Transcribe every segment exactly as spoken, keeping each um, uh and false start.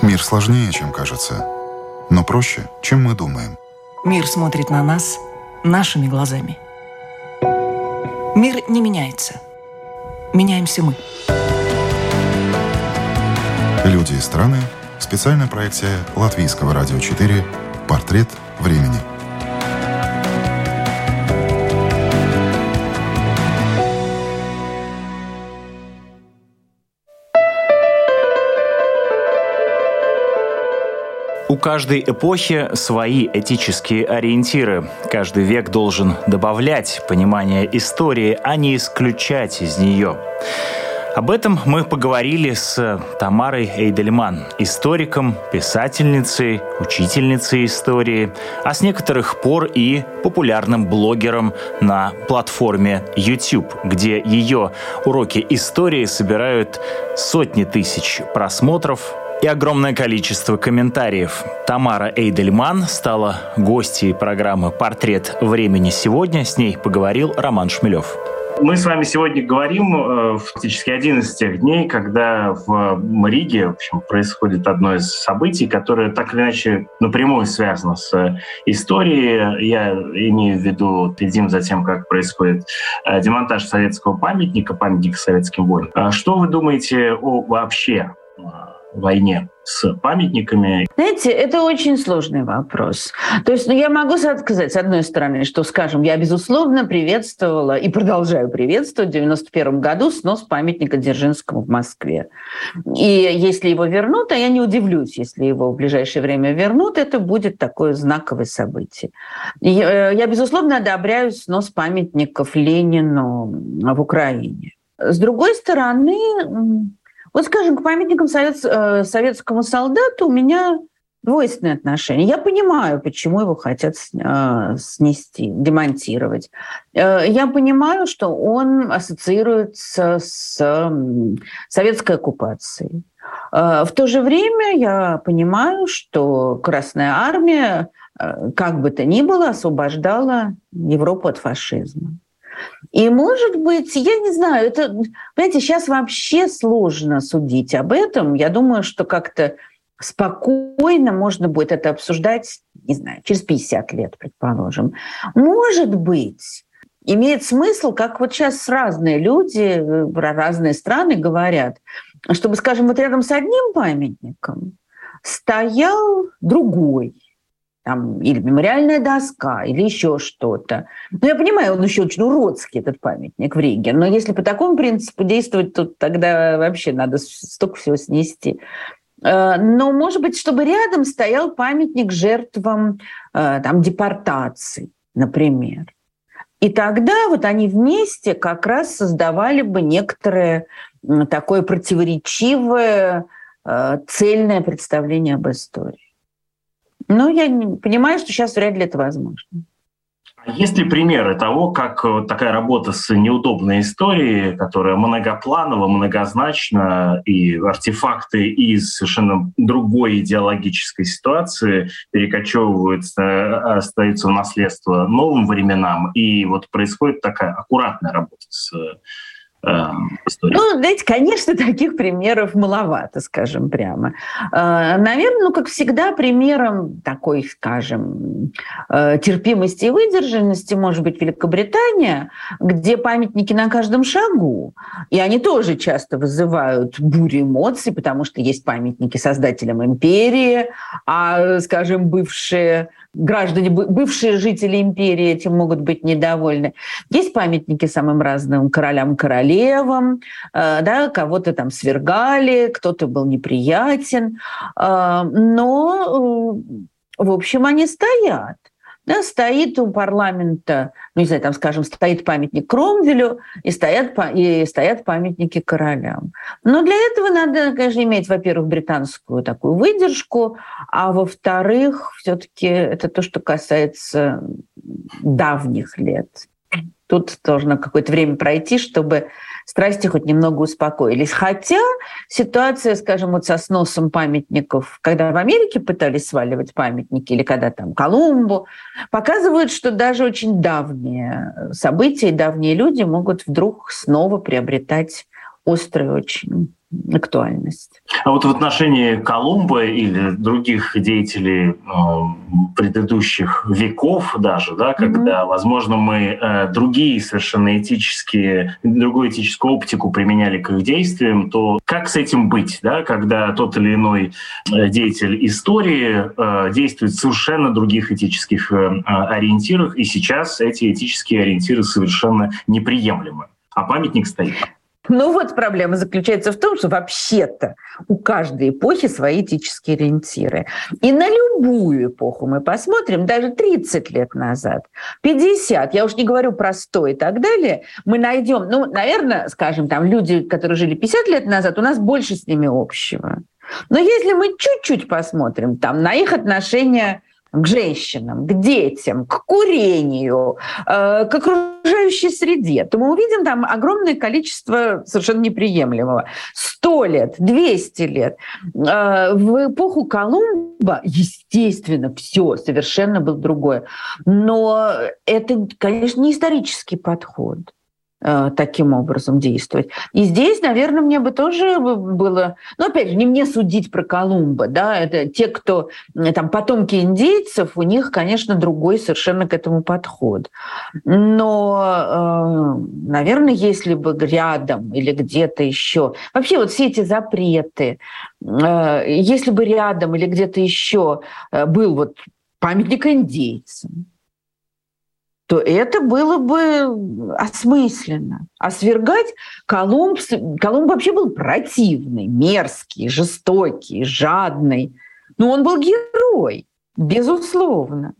Мир сложнее, чем кажется, но проще, чем мы думаем. Мир смотрит на нас нашими глазами. Мир не меняется. Меняемся мы. Люди и страны. Специальная проекция Латвийского радио четыре «Портрет времени». У каждой эпохи свои этические ориентиры. Каждый век должен добавлять понимание истории, а не исключать из нее. Об этом мы поговорили с Тамарой Эйдельман, историком, писательницей, учительницей истории, а с некоторых пор и популярным блогером на платформе YouTube, где ее уроки истории собирают сотни тысяч просмотров и огромное количество комментариев. Тамара Эйдельман стала гостьей программы «Портрет времени» сегодня. С ней поговорил Роман Шмелев. Мы с вами сегодня говорим фактически один из тех дней, когда в Риге, в общем, происходит одно из событий, которое так или иначе напрямую связано с историей. Я имею в виду, следим за тем, как происходит демонтаж советского памятника, памятника советским воинам. Что вы думаете о вообще войне с памятниками? Знаете, это очень сложный вопрос. То есть, ну, я могу сказать, с одной стороны, что, скажем, я, безусловно, приветствовала и продолжаю приветствовать в девяносто первом году снос памятника Дзержинскому в Москве. И если его вернут, а я не удивлюсь, если его в ближайшее время вернут, это будет такое знаковое событие. Я, я безусловно, одобряю снос памятников Ленину в Украине. С другой стороны, вот, скажем, к памятникам совет, советскому солдату у меня двойственное отношение. Я понимаю, почему его хотят снести, демонтировать. Я понимаю, что он ассоциируется с советской оккупацией. В то же время я понимаю, что Красная Армия, как бы то ни было, освобождала Европу от фашизма. И, может быть, я не знаю, это, понимаете, сейчас вообще сложно судить об этом. Я думаю, что как-то спокойно можно будет это обсуждать, не знаю, через пятьдесят лет, предположим. Может быть, имеет смысл, как вот сейчас разные люди, разные страны говорят, чтобы, скажем, вот рядом с одним памятником стоял другой. Там, или мемориальная доска, или еще что-то. Ну, я понимаю, он еще очень уродский, этот памятник в Риге, но если по такому принципу действовать, то тогда вообще надо столько всего снести. Но, может быть, чтобы рядом стоял памятник жертвам там, депортаций, например. И тогда вот они вместе как раз создавали бы некоторое такое противоречивое, цельное представление об истории. Но я не, понимаю, что сейчас вряд ли это возможно. Есть ли примеры того, как такая работа с неудобной историей, которая многопланова, многозначна, и артефакты из совершенно другой идеологической ситуации перекочевываются, остаются в наследство новым временам, и вот происходит такая аккуратная работа с истории? Ну, знаете, конечно, таких примеров маловато, скажем прямо. Наверное, ну, как всегда, примером такой, скажем, терпимости и выдержанности может быть Великобритания, где памятники на каждом шагу, и они тоже часто вызывают бурю эмоций, потому что есть памятники создателям империи, а, скажем, бывшие граждане, бывшие жители империи этим могут быть недовольны. Есть памятники самым разным королям-королевам, да, кого-то там свергали, кто-то был неприятен, но, в общем, они стоят. Да, стоит у парламента, ну, не знаю, там, скажем, стоит памятник Кромвелю и стоят, и стоят памятники королям. Но для этого надо, конечно, иметь, во-первых, британскую такую выдержку, а во-вторых, все-таки это то, что касается давних лет. Тут должно какое-то время пройти, чтобы страсти хоть немного успокоились. Хотя ситуация, скажем, вот со сносом памятников, когда в Америке пытались сваливать памятники, или когда там Колумбу, показывают, что даже очень давние события и давние люди могут вдруг снова приобретать острый очень актуальность. А вот в отношении Колумба или других деятелей э, предыдущих веков даже, да, когда, mm-hmm. возможно, мы э, другие совершенно этические, другую этическую оптику применяли к их действиям, то как с этим быть, да, когда тот или иной деятель истории э, действует в совершенно других этических э, ориентирах, и сейчас эти этические ориентиры совершенно неприемлемы, а памятник стоит? Ну вот проблема заключается в том, что вообще-то у каждой эпохи свои этические ориентиры. И на любую эпоху мы посмотрим, даже тридцать лет назад, пятьдесят, я уж не говорю про сто и так далее, мы найдем, ну, наверное, скажем, там люди, которые жили пятьдесят лет назад, у нас больше с ними общего. Но если мы чуть-чуть посмотрим там на их отношения к женщинам, к детям, к курению, э, к окружающей среде, то мы увидим там огромное количество совершенно неприемлемого. Сто лет, двести лет. Э, в эпоху Колумба, естественно, все совершенно было другое. Но это, конечно, не исторический подход таким образом действовать. И здесь, наверное, мне бы тоже было... Ну, опять же, не мне судить про Колумба, да, это те, кто там потомки индейцев, у них, конечно, другой совершенно к этому подход. Но, наверное, если бы рядом или где-то еще... Вообще вот все эти запреты, если бы рядом или где-то еще был вот памятник индейцам, то это было бы осмысленно. А свергать Колумб... Колумб вообще был противный, мерзкий, жестокий, жадный. Но он был герой, безусловно.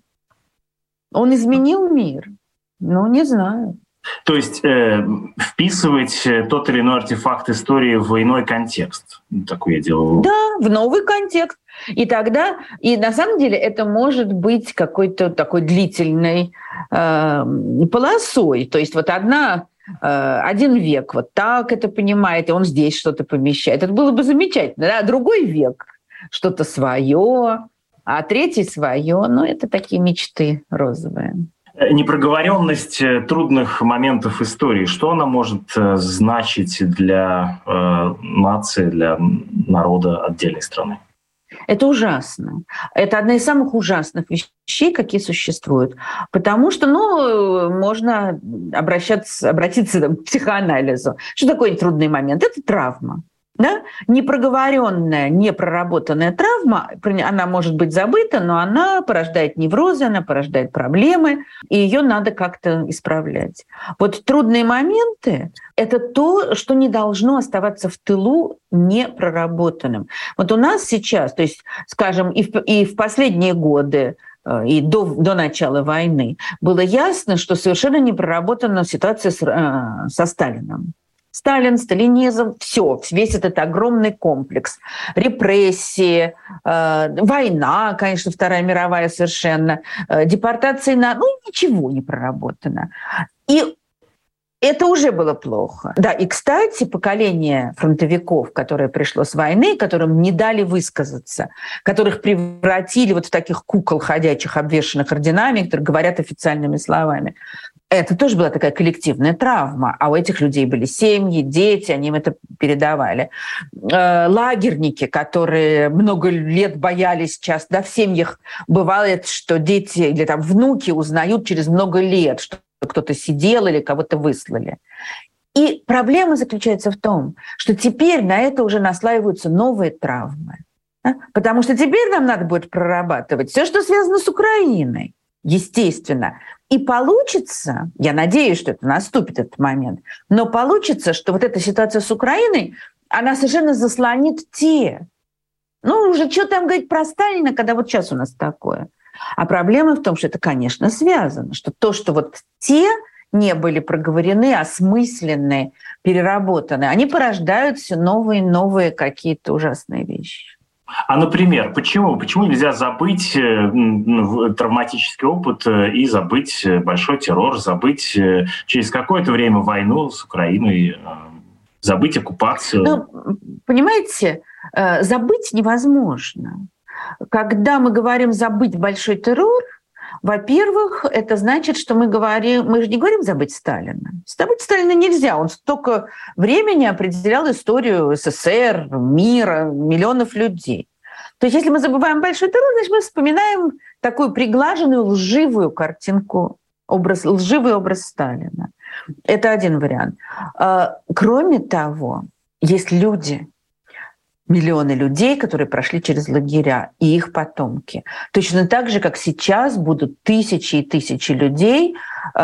Он изменил мир. Ну, не знаю. То есть э, вписывать тот или иной артефакт истории в иной контекст. Такое я делаю. Да, в новый контекст. И тогда, и на самом деле это может быть какой-то такой длительной э, полосой. То есть вот одна, э, один век вот так это понимает, и он здесь что-то помещает. Это было бы замечательно. Да? Другой век что-то свое, а третий свое. Но это такие мечты розовые. Непроговоренность трудных моментов истории, что она может значить для э, нации, для народа отдельной страны? Это ужасно. Это одна из самых ужасных вещей, какие существуют. Потому что, ну, можно обращаться, обратиться там, к психоанализу. Что такое трудный момент? Это травма. Да? Непроговоренная, непроработанная травма, она может быть забыта, но она порождает неврозы, она порождает проблемы, и ее надо как-то исправлять. Вот трудные моменты — это то, что не должно оставаться в тылу непроработанным. Вот у нас сейчас, то есть, скажем, и в, и в последние годы, и до, до начала войны, было ясно, что совершенно не проработана ситуация с, со Сталином. Сталин, сталинизм, все, весь этот огромный комплекс. Репрессии, э, война, конечно, Вторая мировая совершенно, э, депортации на... Ну, ничего не проработано. И это уже было плохо. Да, и, кстати, поколение фронтовиков, которое пришло с войны, которым не дали высказаться, которых превратили вот в таких кукол ходячих, обвешанных орденами, которые говорят официальными словами, это тоже была такая коллективная травма. А у этих людей были семьи, дети, они им это передавали. Лагерники, которые много лет боялись часто, да, в семьях бывает, что дети или там внуки узнают через много лет, что кто-то сидел или кого-то выслали. И проблема заключается в том, что теперь на это уже наслаиваются новые травмы. Да? Потому что теперь нам надо будет прорабатывать все, что связано с Украиной. Естественно. И получится, я надеюсь, что это наступит этот момент, но получится, что вот эта ситуация с Украиной, она совершенно заслонит те. Ну, уже что там говорить про Сталина, когда вот сейчас у нас такое. А проблема в том, что это, конечно, связано, что то, что вот те не были проговорены, осмыслены, переработаны, они порождают все новые и новые какие-то ужасные вещи. А, например, почему? Почему нельзя забыть э, травматический опыт и забыть большой террор, забыть э, через какое-то время войну с Украиной, э, забыть оккупацию? Ну, понимаете, э, забыть невозможно. Когда мы говорим «забыть большой террор», Во-первых, это значит, что мы говорим, мы же не говорим забыть Сталина. Забыть Сталина нельзя. Он столько времени определял историю СССР, мира, миллионов людей. То есть если мы забываем большую дорогу, значит, мы вспоминаем такую приглаженную, лживую картинку, образ, лживый образ Сталина. Это один вариант. Кроме того, есть люди, миллионы людей, которые прошли через лагеря, и их потомки. Точно так же, как сейчас будут тысячи и тысячи людей,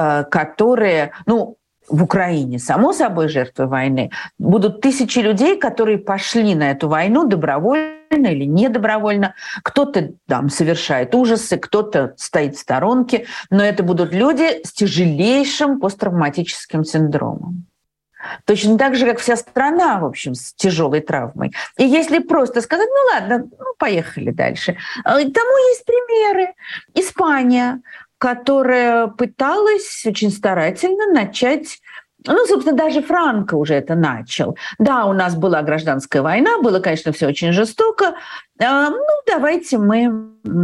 которые, ну, в Украине, само собой, жертвы войны, будут тысячи людей, которые пошли на эту войну добровольно или недобровольно. Кто-то там совершает ужасы, кто-то стоит в сторонке, но это будут люди с тяжелейшим посттравматическим синдромом. Точно так же, как вся страна, в общем, с тяжелой травмой. И если просто сказать, ну ладно, ну, поехали дальше. Тому есть примеры. Испания, которая пыталась очень старательно начать, ну, собственно, даже Франко уже это начал. Да, у нас была гражданская война, было, конечно, все очень жестоко. Ну, давайте мы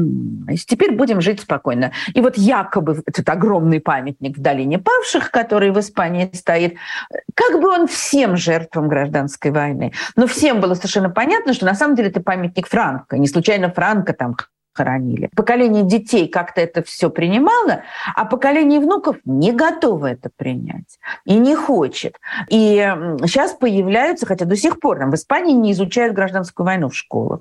теперь будем жить спокойно. И вот якобы этот огромный памятник в Долине Павших, который в Испании стоит, как бы он всем жертвам гражданской войны. Но всем было совершенно понятно, что на самом деле это памятник Франко. Не случайно Франко там хоронили. Поколение детей как-то это все принимало, а поколение внуков не готово это принять и не хочет. И сейчас появляются, хотя до сих пор там в Испании не изучают гражданскую войну в школах,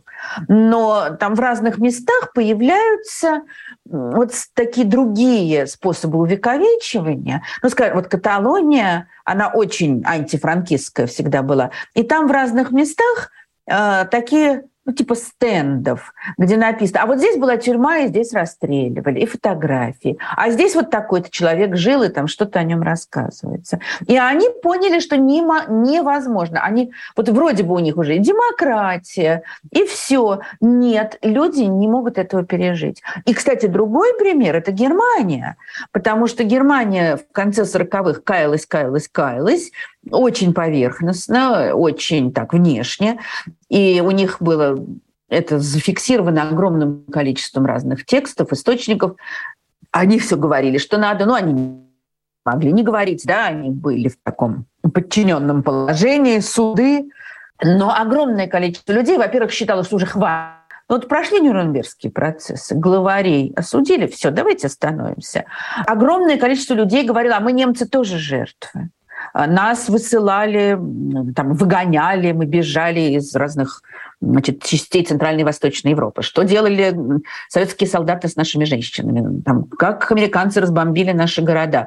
но там в разных местах появляются вот такие другие способы увековечивания. Ну, скажем, вот Каталония, она очень антифранкистская всегда была, и там в разных местах э, такие... ну, типа стендов, где написано, а вот здесь была тюрьма, и здесь расстреливали, и фотографии. А здесь вот такой-то человек жил, и там что-то о нем рассказывается. И они поняли, что невозможно. Они, вот вроде бы у них уже и демократия, и все. Нет, люди не могут этого пережить. И, кстати, другой пример – это Германия. Потому что Германия в конце сороковых каялась, каялась, каялась, очень поверхностно, очень так внешне. И у них было это зафиксировано огромным количеством разных текстов, источников. Они все говорили, что надо, но они могли не говорить, да, они были в таком подчиненном положении, суды. Но огромное количество людей, во-первых, считало, что уже хватит. Вот прошли Нюрнбергские процессы, главарей осудили, все, давайте остановимся. Огромное количество людей говорило, а мы, немцы, тоже жертвы. Нас высылали, там, выгоняли, мы бежали из разных, значит, частей Центральной и Восточной Европы. Что делали советские солдаты с нашими женщинами? Там, как американцы разбомбили наши города.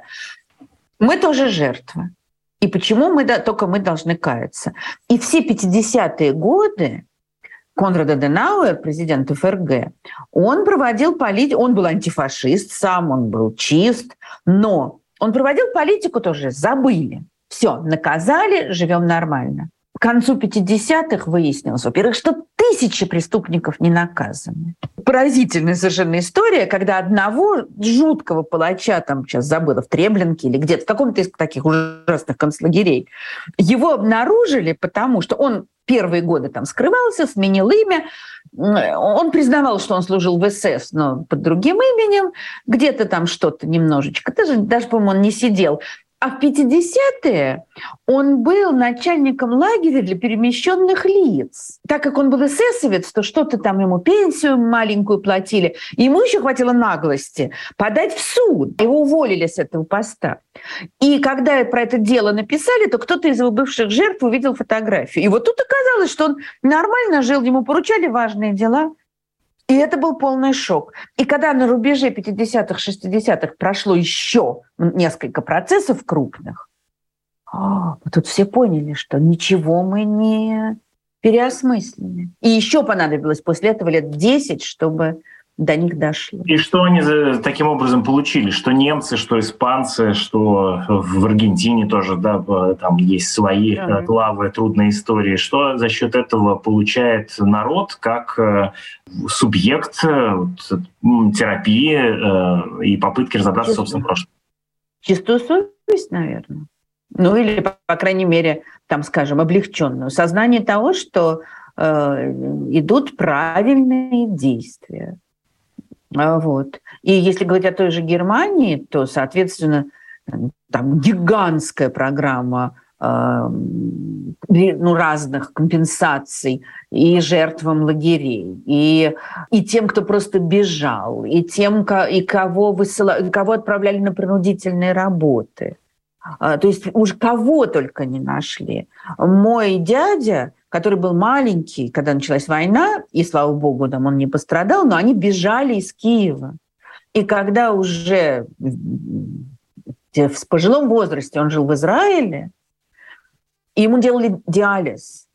Мы тоже жертвы. И почему мы, да, только мы должны каяться? И все пятидесятые годы Конрад Аденауэр, президент эф эр гэ, он проводил политику, он был антифашист сам, он был чист, но он проводил политику тоже, забыли. Все, наказали, живем нормально. К концу пятидесятых выяснилось, во-первых, что тысячи преступников не наказаны. Поразительная совершенно история, когда одного жуткого палача, там сейчас забыла, в Треблинке или где-то, в каком-то из таких ужасных концлагерей, его обнаружили, потому что он первые годы там скрывался, сменил имя. Он признавал, что он служил в эс эс, но под другим именем. Где-то там что-то немножечко. Даже, даже по-моему, он не сидел. А в пятидесятые он был начальником лагеря для перемещенных лиц. Так как он был эсэсовец, то что-то там ему пенсию маленькую платили. И ему еще хватило наглости подать в суд. Его уволили с этого поста. И когда про это дело написали, то кто-то из его бывших жертв увидел фотографию. И вот тут оказалось, что он нормально жил, ему поручали важные дела. И это был полный шок. И когда на рубеже пятидесятых, шестидесятых прошло еще несколько процессов крупных, о, тут все поняли, что ничего мы не переосмыслили. И еще понадобилось после этого лет десять, чтобы до них дошло. И что они таким образом получили? Что немцы, что испанцы, что в Аргентине тоже, да, там есть свои да. главы, трудные истории. Что за счет этого получает народ как субъект терапии и попытки разобраться в собственном прошлом? Чистую совесть, наверное. Ну или, по крайней мере, там, скажем, облегченную. Сознание того, что э, идут правильные действия. Вот. И если говорить о той же Германии, то, соответственно, там гигантская программа э, ну, разных компенсаций и жертвам лагерей, и, и тем, кто просто бежал, и тем, и кого, высыла, кого отправляли на принудительные работы. То есть уж кого только не нашли. Мой дядя, который был маленький, когда началась война, и, слава богу, там он не пострадал, но они бежали из Киева. И когда уже в пожилом возрасте он жил в Израиле, ему делали диализ.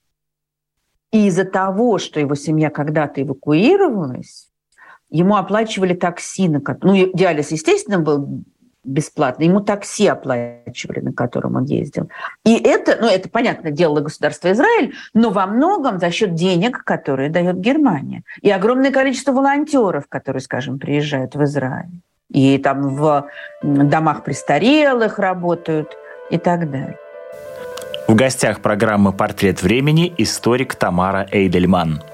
И из-за того, что его семья когда-то эвакуировалась, ему оплачивали такси. На... Ну, диализ, естественно, был бесплатно. Ему такси оплачивали, на котором он ездил. И это, ну, это, понятно, делало государство Израиль, но во многом за счет денег, которые дает Германия. И огромное количество волонтеров, которые, скажем, приезжают в Израиль. И там в домах престарелых работают и так далее. В гостях программы «Портрет времени» историк Тамара Эйдельман.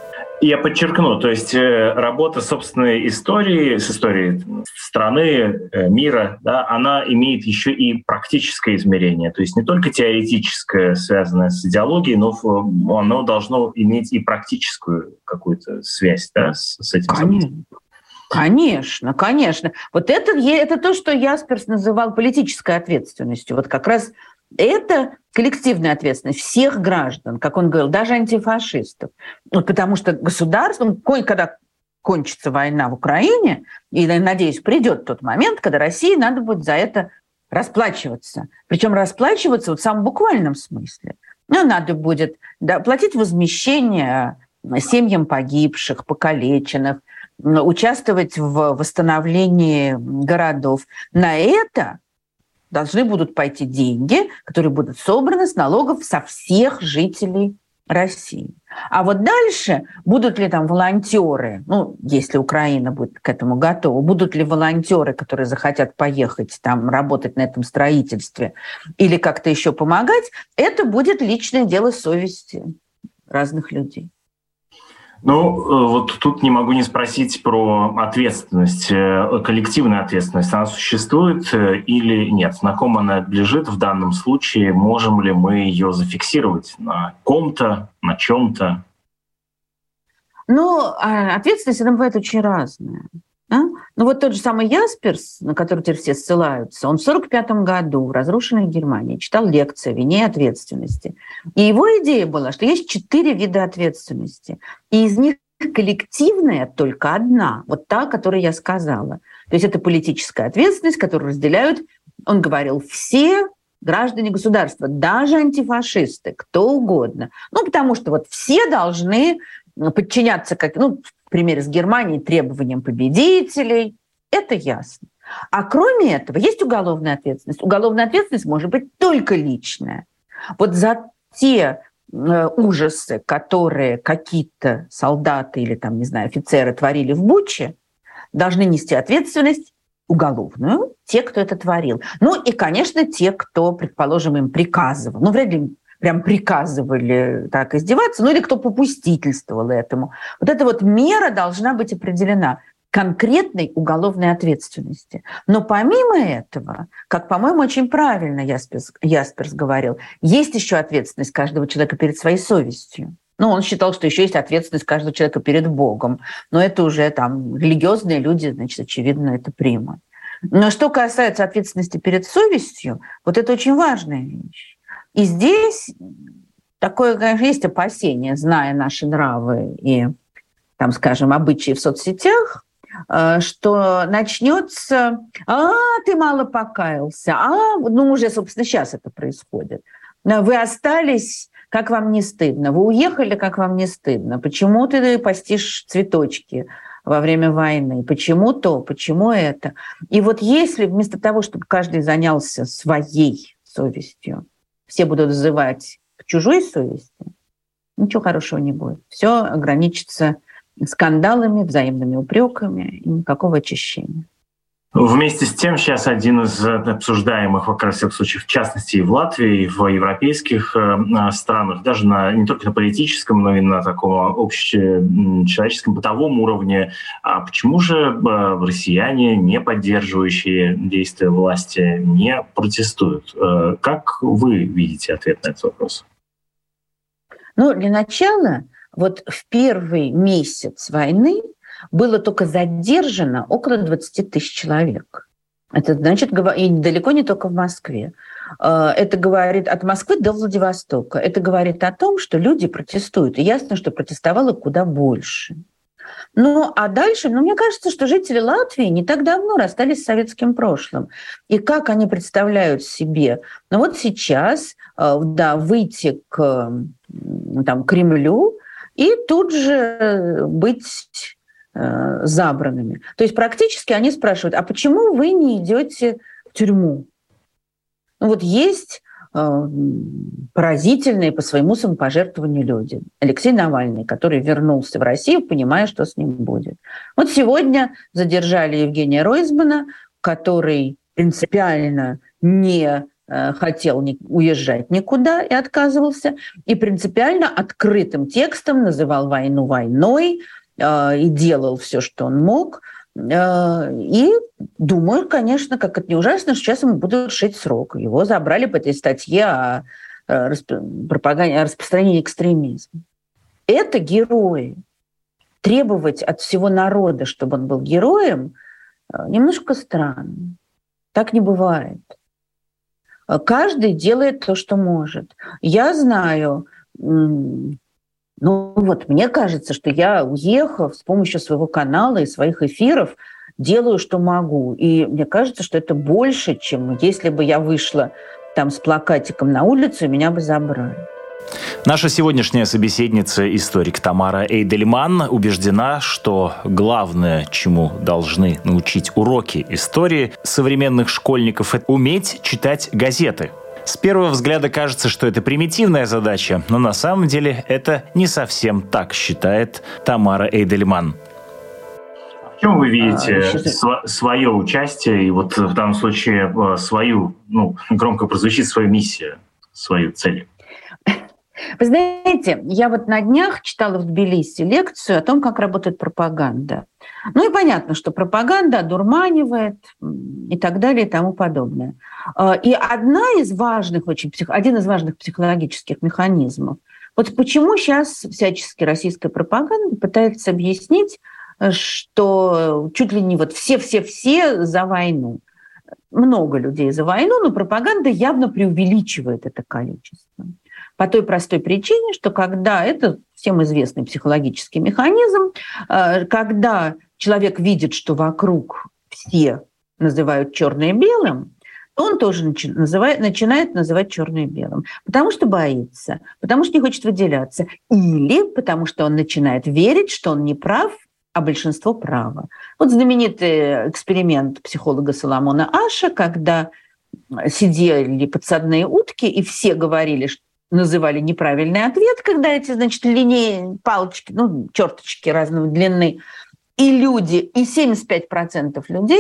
Я подчеркну, то есть работа собственной истории, с историей страны, мира, да, она имеет еще и практическое измерение. То есть не только теоретическое, связанное с идеологией, но оно должно иметь и практическую какую-то связь, да, с, с этим событием. Конечно, конечно. Вот это, это то, что Ясперс называл политической ответственностью. Вот как раз это коллективная ответственность всех граждан, как он говорил, даже антифашистов. Вот потому что государство, когда кончится война в Украине, и, надеюсь, придет тот момент, когда России надо будет за это расплачиваться. Причем расплачиваться вот в самом буквальном смысле. Ну, надо будет да, платить возмещение семьям погибших, покалеченных, участвовать в восстановлении городов. На это должны будут пойти деньги, которые будут собраны с налогов со всех жителей России. А вот дальше будут ли там волонтеры, ну, если Украина будет к этому готова, будут ли волонтеры, которые захотят поехать там работать на этом строительстве или как-то еще помогать, это будет личное дело совести разных людей. Ну, вот тут не могу не спросить про ответственность, коллективную ответственность. Она существует или нет? На ком она лежит в данном случае? Можем ли мы ее зафиксировать на ком-то, на чем-то? Ну, ответственность, она бывает очень разная. Да? Ну, вот тот же самый Ясперс, на который теперь все ссылаются, он в сорок пятом году в разрушенной Германии читал лекции о вине и ответственности. И его идея была, что есть четыре вида ответственности. И из них коллективная только одна, вот та, о которой я сказала. То есть это политическая ответственность, которую разделяют, он говорил, все граждане государства, даже антифашисты, кто угодно. Ну, потому что вот все должны подчиняться, как, ну, в примере с Германией, требованиям победителей. Это ясно. А кроме этого есть уголовная ответственность. Уголовная ответственность может быть только личная. Вот за те э, ужасы, которые какие-то солдаты или, там, не знаю, офицеры творили в Буче, должны нести ответственность уголовную те, кто это творил. Ну и, конечно, те, кто, предположим, им приказывал. Ну, вряд ли прям приказывали так издеваться, ну или кто попустительствовал этому. Вот эта вот мера должна быть определена конкретной уголовной ответственности. Но помимо этого, как, по-моему, очень правильно Ясперс, Ясперс говорил, есть еще ответственность каждого человека перед своей совестью. Ну, он считал, что еще есть ответственность каждого человека перед Богом. Но это уже там религиозные люди, значит, очевидно, это примут. Но что касается ответственности перед совестью, вот это очень важная вещь. И здесь такое, конечно, есть опасение, зная наши нравы и, там, скажем, обычаи в соцсетях, что начнется, а, ты мало покаялся, а, ну, уже, собственно, сейчас это происходит. Вы остались, как вам не стыдно, вы уехали, как вам не стыдно, почему ты постишь цветочки во время войны, почему то, почему это. И вот если вместо того, чтобы каждый занялся своей совестью, все будут взывать к чужой совести, ничего хорошего не будет. Все ограничится скандалами, взаимными упреками и никакого очищения. Вместе с тем, сейчас один из обсуждаемых, во всяком случае, в частности, и в Латвии, и в европейских странах, даже на, не только на политическом, но и на таком общечеловеческом, бытовом уровне, а почему же россияне, не поддерживающие действия власти, не протестуют? Как вы видите ответ на этот вопрос? Ну, для начала, вот в первый месяц войны было только задержано около двадцать тысяч человек. Это значит, и далеко не только в Москве. Это говорит от Москвы до Владивостока. Это говорит о том, что люди протестуют. И ясно, что протестовало куда больше. Ну, а дальше, ну, мне кажется, что жители Латвии не так давно расстались с советским прошлым. И как они представляют себе? Ну, вот сейчас, да, выйти к там, Кремлю и тут же быть забранными. То есть практически они спрашивают, а почему вы не идете в тюрьму? Ну вот есть э, поразительные по своему самопожертвованию люди. Алексей Навальный, который вернулся в Россию, понимая, что с ним будет. Вот сегодня задержали Евгения Ройзмана, который принципиально не э, хотел ни, уезжать никуда и отказывался, и принципиально открытым текстом называл войну войной, и делал все, что он мог. И думаю, конечно, как это не ужасно, что сейчас ему будут шить срок. Его забрали по этой статье о пропаганде, о распространении экстремизма. Это герои. Требовать от всего народа, чтобы он был героем, немножко странно. Так не бывает. Каждый делает то, что может. Я знаю... Ну вот, мне кажется, что я, уехав с помощью своего канала и своих эфиров, делаю, что могу. И мне кажется, что это больше, чем если бы я вышла там с плакатиком на улицу, и меня бы забрали. Наша сегодняшняя собеседница, историк Тамара Эйдельман, убеждена, что главное, чему должны научить уроки истории современных школьников, это уметь читать газеты. С первого взгляда кажется, что это примитивная задача, но на самом деле это не совсем так, считает Тамара Эйдельман. В чем вы видите а, св- свое участие и вот в данном случае свою, ну, громко прозвучит, свою миссию, свою цель? Вы знаете, я вот на днях читала в Тбилиси лекцию о том, как работает пропаганда. Ну и понятно, что пропаганда одурманивает и так далее и тому подобное. И одна из важных, очень, один из важных психологических механизмов, вот почему сейчас всячески российская пропаганда пытается объяснить, что чуть ли не вот все-все-все за войну. Много людей за войну, но пропаганда явно преувеличивает это количество. По той простой причине, что когда, это всем известный психологический механизм, когда человек видит, что вокруг все называют черное белым, то он тоже называет, начинает называть черное белым, потому что боится, потому что не хочет выделяться, или потому что он начинает верить, что он не прав, а большинство право. Вот знаменитый эксперимент психолога Соломона Аша, когда сидели подсадные утки, и все говорили, что называли неправильный ответ, когда эти, значит, линии, палочки, ну, черточки разной длины, и люди, и семьдесят пять процентов людей,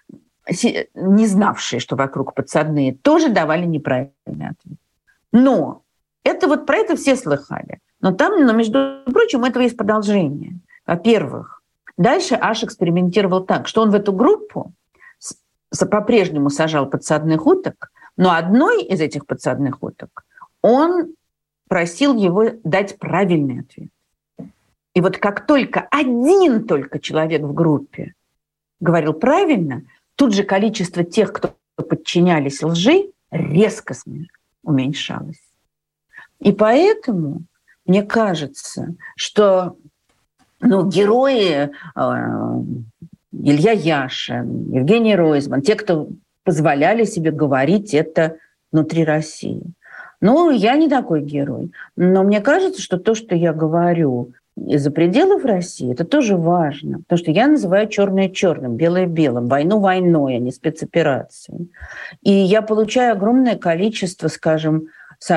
не знавшие, что вокруг подсадные, тоже давали неправильный ответ. Но это вот про это все слыхали. Но там, но, между прочим, у этого есть продолжение. Во-первых, дальше Аш экспериментировал так, что он в эту группу по-прежнему сажал подсадных уток, но одной из этих подсадных уток он просил его дать правильный ответ. И вот как только один только человек в группе говорил правильно, тут же количество тех, кто подчинялись лжи, резко уменьшалось. И поэтому мне кажется, что ну, герои э, Илья Яшин, Евгений Ройзман, те, кто позволяли себе говорить это внутри России. Ну, я не такой герой. Но мне кажется, что то, что я говорю из-за пределов России, это тоже важно. Потому что я называю черное черным, белое белым, войну войной, а не спецоперацией. И я получаю огромное количество, скажем,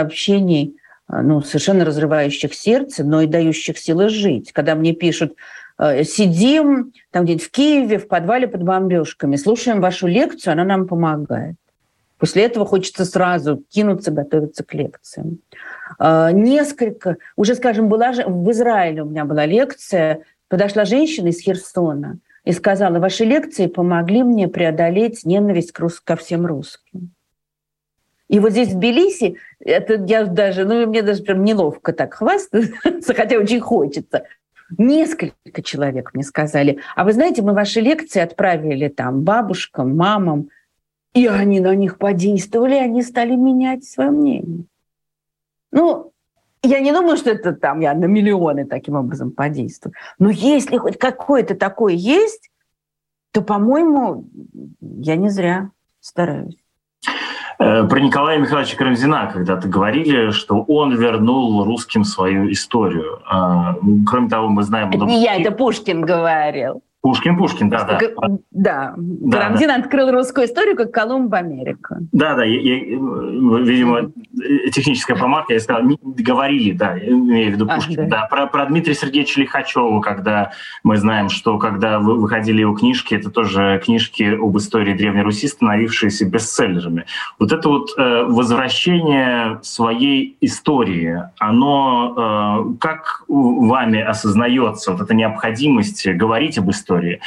сообщений, ну, совершенно разрывающих сердце, но и дающих силы жить. Когда мне пишут, сидим там где-нибудь в Киеве, в подвале под бомбежками, слушаем вашу лекцию, она нам помогает. После этого хочется сразу кинуться, готовиться к лекциям. Несколько, уже, скажем, была же в Израиле у меня была лекция, подошла женщина из Херсона и сказала: ваши лекции помогли мне преодолеть ненависть ко всем русским. И вот здесь, в Тбилиси, это я даже, ну, мне даже прям неловко так хвастаться, хотя очень хочется. Несколько человек мне сказали: а вы знаете, мы ваши лекции отправили там бабушкам, мамам, и они на них подействовали, они стали менять свое мнение. Ну, я не думаю, что это там я на миллионы таким образом подействую. Но если хоть какое-то такое есть, то, по-моему, я не зря стараюсь. Про Николая Михайловича Карамзина когда-то говорили, что он вернул русским свою историю. Кроме того, мы знаем... Это не я, это Пушкин говорил. Пушкин, Пушкин, да, да. Да, Карамзин да, да. открыл русскую историю, как Колумб Америку. Да, да, я, я, видимо, техническая помарка, я сказал, не, говорили, да, имею в виду Пушкин. А, да. Да, про, про Дмитрия Сергеевича Лихачева, когда мы знаем, что когда выходили его книжки, это тоже книжки об истории Древней Руси, становившиеся бестселлерами. Вот это вот э, возвращение своей истории, оно э, как вами осознается, вот эта необходимость говорить об истории, истории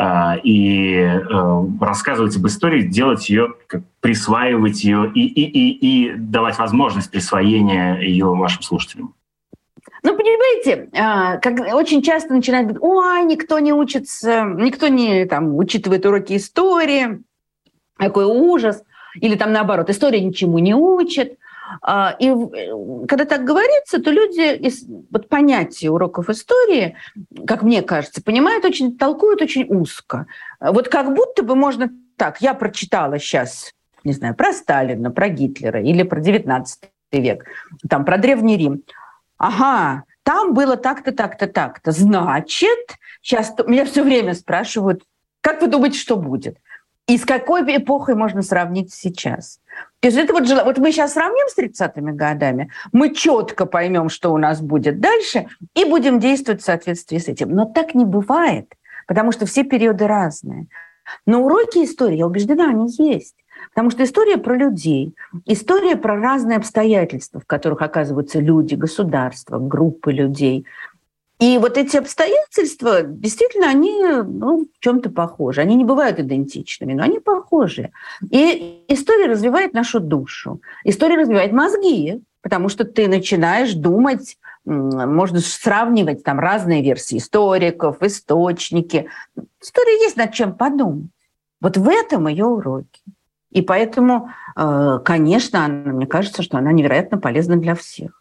и э, рассказывать об истории, делать ее, присваивать ее и, и, и, и давать возможность присвоения ее вашим слушателям? Ну, понимаете, как очень часто начинают говорить: ой, никто не учится, никто не там, учитывает уроки истории, какой ужас, или там наоборот, история ничему не учит. И когда так говорится, то люди вот понятие уроков истории, как мне кажется, понимают очень, толкуют очень узко. Вот как будто бы можно так: я прочитала сейчас, не знаю, про Сталина, про Гитлера или про девятнадцатый век, там, про Древний Рим. Ага, там было так-то, так-то, так-то. Значит, сейчас меня все время спрашивают: как вы думаете, что будет? И с какой эпохой можно сравнить сейчас? То есть это вот, вот мы сейчас сравним с тридцатыми годами, мы четко поймем, что у нас будет дальше, и будем действовать в соответствии с этим. Но так не бывает, потому что все периоды разные. Но уроки истории, я убеждена, они есть. Потому что история про людей, история про разные обстоятельства, в которых оказываются люди, государства, группы людей. И вот эти обстоятельства, действительно, они ну, в чем-то похожи. Они не бывают идентичными, но они похожи. И история развивает нашу душу. История развивает мозги, потому что ты начинаешь думать, можно сравнивать там разные версии историков, источники. История есть над чем подумать. Вот в этом ее уроки. И поэтому, конечно, мне кажется, что она невероятно полезна для всех.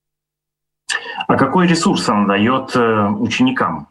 А какой ресурс она дает ученикам?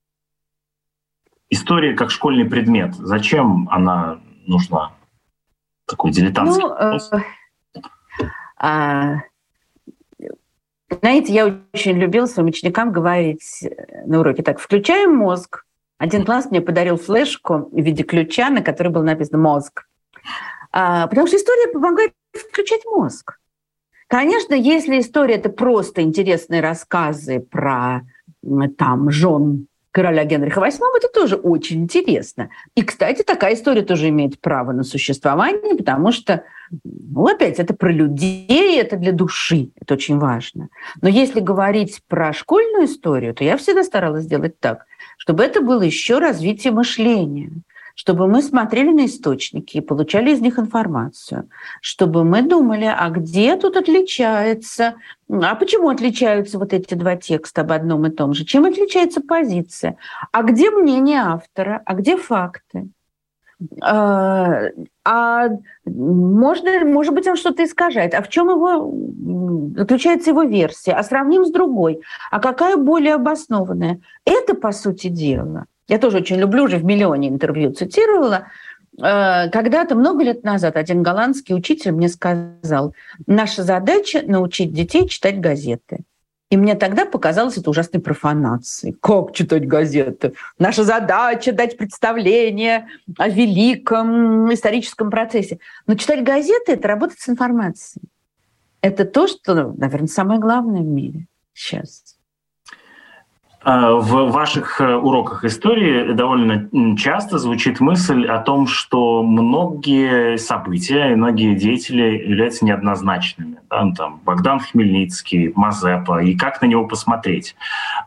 История как школьный предмет. Зачем она нужна? Такой дилетантский ну, вопрос. Э, а, знаете, я очень любила своим ученикам говорить на уроке так: включаем мозг. Один класс мне подарил флешку в виде ключа, на которой было написано «мозг». А, потому что история помогает включать мозг. Конечно, если история — это просто интересные рассказы про там, жен короля Генриха восьмого, это тоже очень интересно. И, кстати, такая история тоже имеет право на существование, потому что, ну, опять, это про людей, это для души, это очень важно. Но если говорить про школьную историю, то я всегда старалась сделать так, чтобы это было еще развитие мышления, чтобы мы смотрели на источники и получали из них информацию, чтобы мы думали, а где тут отличается, а почему отличаются вот эти два текста об одном и том же, чем отличается позиция, а где мнение автора, а где факты. А, а можно, может быть, он что-то искажает. А в чем его заключается его версия? А сравним с другой. А какая более обоснованная? Это, по сути дела, я тоже очень люблю, уже в миллионе интервью цитировала, когда-то много лет назад один голландский учитель мне сказал: наша задача — научить детей читать газеты. И мне тогда показалось это ужасной профанацией. Как читать газеты? Наша задача — дать представление о великом историческом процессе. Но читать газеты — это работать с информацией. Это то, что, наверное, самое главное в мире сейчас. В ваших уроках истории довольно часто звучит мысль о том, что многие события и многие деятели являются неоднозначными. Да? Там Богдан Хмельницкий, Мазепа, и как на него посмотреть.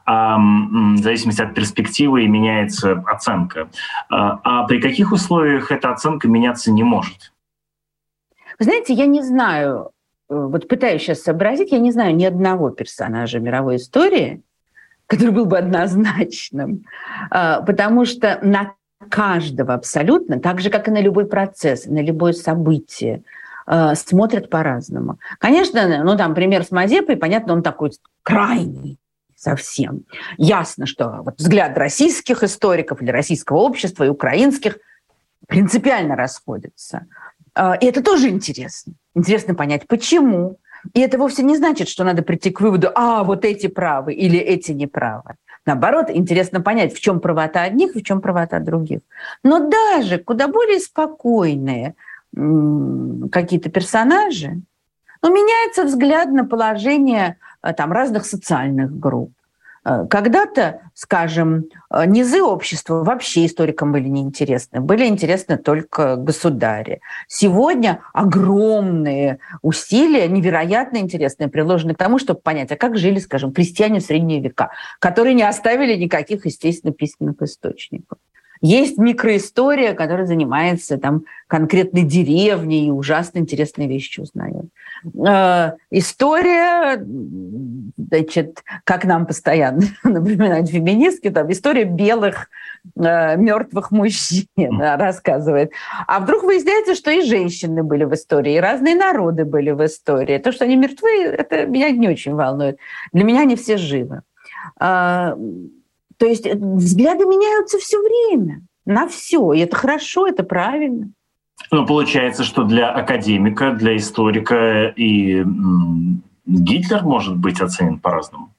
В зависимости от перспективы меняется оценка. А при каких условиях эта оценка меняться не может? Вы знаете, я не знаю, вот пытаюсь сейчас сообразить, я не знаю ни одного персонажа мировой истории, который был бы однозначным, потому что на каждого абсолютно, так же, как и на любой процесс, на любое событие, смотрят по-разному. Конечно, ну там пример с Мазепой, понятно, он такой крайний совсем. Ясно, что вот взгляд российских историков или российского общества и украинских принципиально расходятся. И это тоже интересно. Интересно понять, почему. И это вовсе не значит, что надо прийти к выводу, а вот эти правы или эти неправы. Наоборот, интересно понять, в чем правота одних и в чем правота других. Но даже куда более спокойные м- какие-то персонажи, ну, меняется взгляд на положение там, разных социальных групп. Когда-то, скажем, низы общества вообще историкам были неинтересны, были интересны только государи. Сегодня огромные усилия, невероятно интересные, приложены к тому, чтобы понять, а как жили, скажем, крестьяне в средние века, которые не оставили никаких, естественно, письменных источников. Есть микроистория, которая занимается там, конкретной деревней и ужасно интересные вещи узнает. Э, история, значит, как нам постоянно напоминают феминистки, там, история белых э, мертвых мужчин да, рассказывает. А вдруг выясняется, что и женщины были в истории, и разные народы были в истории. То, что они мертвы, это меня не очень волнует. Для меня они все живы. Э, То есть взгляды меняются все время, на все. И это хорошо, это правильно. Ну, получается, что для академика, для историка и м, Гитлер может быть оценен по-разному.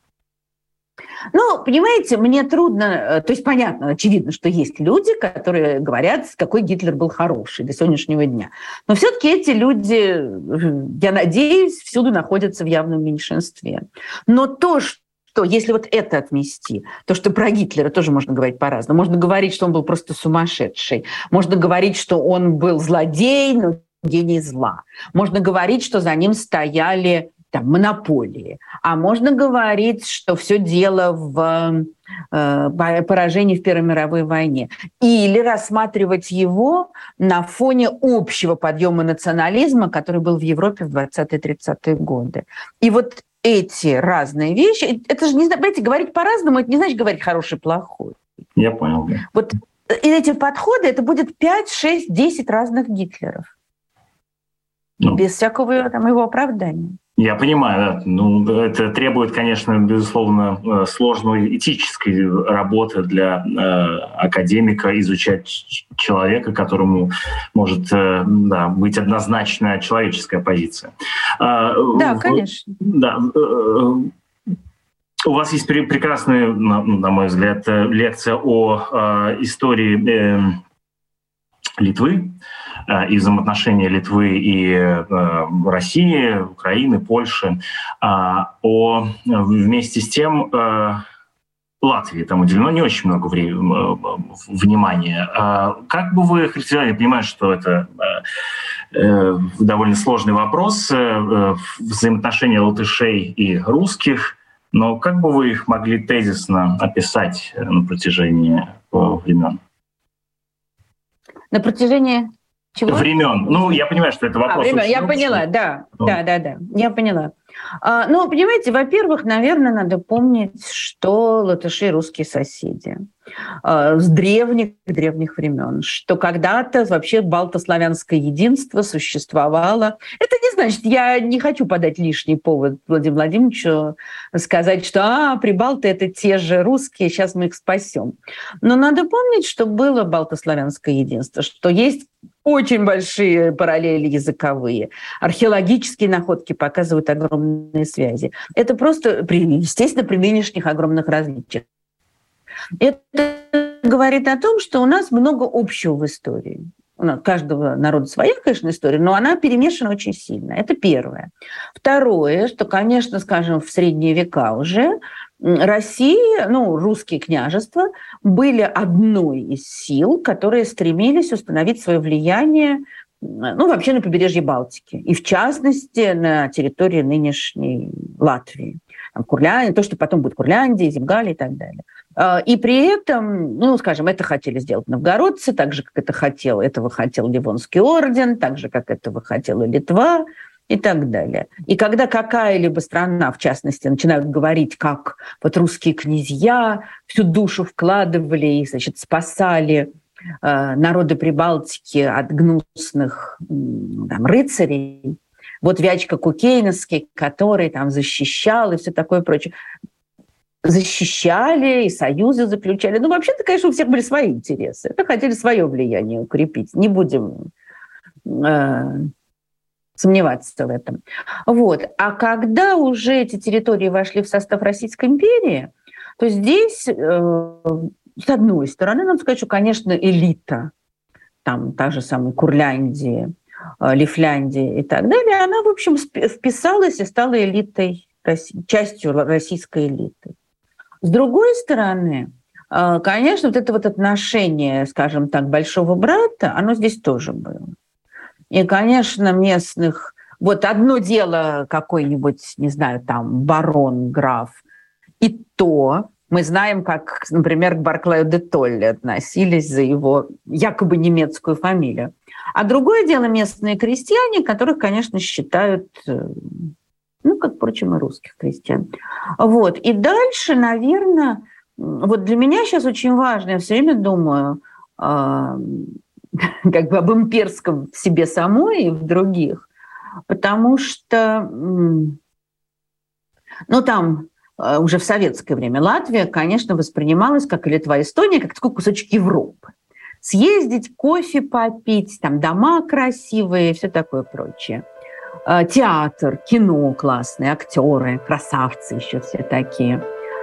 Ну, понимаете, мне трудно... То есть понятно, очевидно, что есть люди, которые говорят, какой Гитлер был хороший до сегодняшнего дня. Но все-таки эти люди, я надеюсь, всюду находятся в явном меньшинстве. Но то, что что если вот это отмести, то, что про Гитлера тоже можно говорить по-разному. Можно говорить, что он был просто сумасшедший. Можно говорить, что он был злодей, но гений зла. Можно говорить, что за ним стояли там, монополии. А можно говорить, что все дело в э, поражении в Первой мировой войне. Или рассматривать его на фоне общего подъема национализма, который был в Европе в двадцатые-тридцатые годы. И вот эти разные вещи, это же, не знаете, говорить по-разному, это не значит говорить хороший, плохой. Я понял, да. Вот и эти подходы, это будет пять, шесть, десять разных Гитлеров. Ну, без всякого там, его оправдания. Я понимаю, да. Ну, это требует, конечно, безусловно, сложной этической работы для э, академика изучать человека, которому может э, да, быть однозначная человеческая позиция. Э, да, конечно. Да. Э, у вас есть прекрасная, на, на мой взгляд, лекция о э, истории э, Литвы и взаимоотношения Литвы и э, России, Украины, Польши, э, о, вместе с тем э, Латвии там уделено не очень много времени, внимания. Э, как бы вы характеризовали, я понимаю, что это э, э, довольно сложный вопрос, э, взаимоотношения латышей и русских, но как бы вы их могли тезисно описать на протяжении времен? На протяжении чего? Времен. Ну, я понимаю, что это вопрос. А, времен. Я поняла, да, ну. да, да, да. Я поняла. А, ну, понимаете, во-первых, наверное, надо помнить, что латыши и русские соседи а, с древних древних времен, что когда-то вообще балтославянское единство существовало. Это не значит, я не хочу подать лишний повод Владимиру Владимировичу сказать, что а, прибалты — это те же русские, сейчас мы их спасем. Но надо помнить, что было балтославянское единство, что есть очень большие параллели языковые. Археологические находки показывают огромные связи. Это просто, естественно, при нынешних огромных различиях. Это говорит о том, что у нас много общего в истории. У каждого народа своя, конечно, история, но она перемешана очень сильно. Это первое. Второе, что, конечно, скажем, в средние века уже Россия, ну, русские княжества были одной из сил, которые стремились установить свое влияние, ну, вообще на побережье Балтики, и в частности на территории нынешней Латвии. Там, Курляндия, то, что потом будет Курляндия, Земгалия и так далее. И при этом, ну, скажем, это хотели сделать новгородцы, так же, как это хотел, этого хотел Ливонский орден, так же, как этого хотела Литва и так далее. И когда какая-либо страна, в частности, начинают говорить, как вот русские князья всю душу вкладывали и, значит, спасали народы Прибалтики от гнусных там, рыцарей. Вот Вячка Кукейновский, который там защищал и все такое прочее. Защищали и союзы заключали. Ну, вообще-то, конечно, у всех были свои интересы. Это хотели свое влияние укрепить. Не будем э, сомневаться в этом. Вот. А когда уже эти территории вошли в состав Российской империи, то здесь... Э, С одной стороны, надо сказать, что, конечно, элита, там та же самая Курляндия, Лифляндия и так далее, она, в общем, вписалась и стала элитой, частью российской элиты. С другой стороны, конечно, вот это вот отношение, скажем так, большого брата, оно здесь тоже было. И, конечно, местных... Вот одно дело какой-нибудь, не знаю, там, барон, граф, и то... Мы знаем, как, например, к Барклаю де Толле относились за его якобы немецкую фамилию. А другое дело местные крестьяне, которых, конечно, считают, ну, как, впрочем, и русских крестьян. Вот. И дальше, наверное, вот для меня сейчас очень важно, я все время думаю, э, как бы об имперском в себе самой и в других, потому что, ну, там... уже в советское время Латвия, конечно, воспринималась, как и Литва, Эстония, как такой кусочек Европы. Съездить, кофе попить, там дома красивые, все такое прочее. Театр, кино классные, актеры, красавцы еще все такие.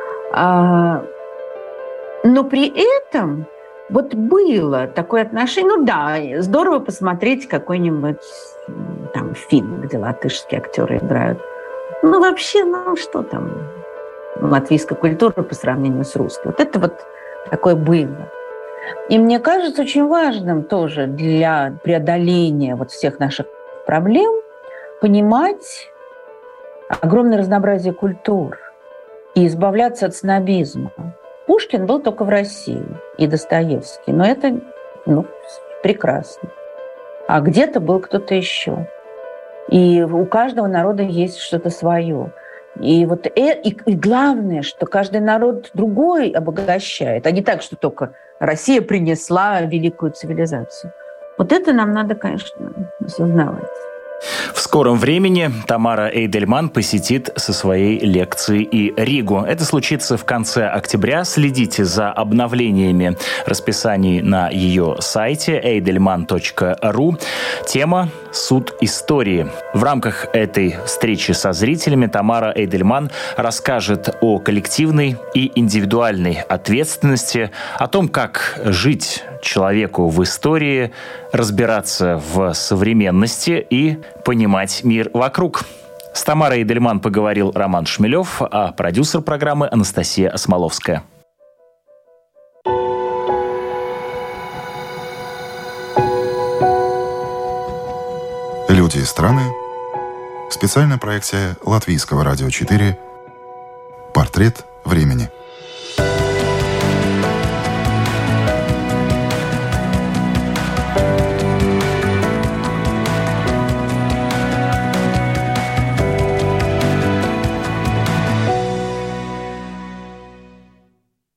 Но при этом вот было такое отношение, ну да, здорово посмотреть какой-нибудь там фильм, где латышские актеры играют. Ну вообще, ну что там... латвийской культуры по сравнению с русской. Вот это вот такое было. И мне кажется очень важным тоже для преодоления вот всех наших проблем понимать огромное разнообразие культур и избавляться от снобизма. Пушкин был только в России и Достоевский, но это, ну, прекрасно. А где-то был кто-то еще. И у каждого народа есть что-то свое. И вот и, и главное, что каждый народ другой обогащает, а не так, что только Россия принесла великую цивилизацию. Вот это нам надо, конечно, осознавать. В скором времени Тамара Эйдельман посетит со своей лекцией и Ригу. Это случится в конце октября. Следите за обновлениями расписаний на ее сайте эйдельман точка ру. Тема «Суд истории». В рамках этой встречи со зрителями Тамара Эйдельман расскажет о коллективной и индивидуальной ответственности, о том, как жить человеку в истории, разбираться в современности и понимать мир вокруг. С Тамарой Эйдельман поговорил Роман Шмелев, а продюсер программы Анастасия Осмоловская. Люди и страны. Специальная проекция Латвийского радио четыре. Портрет времени.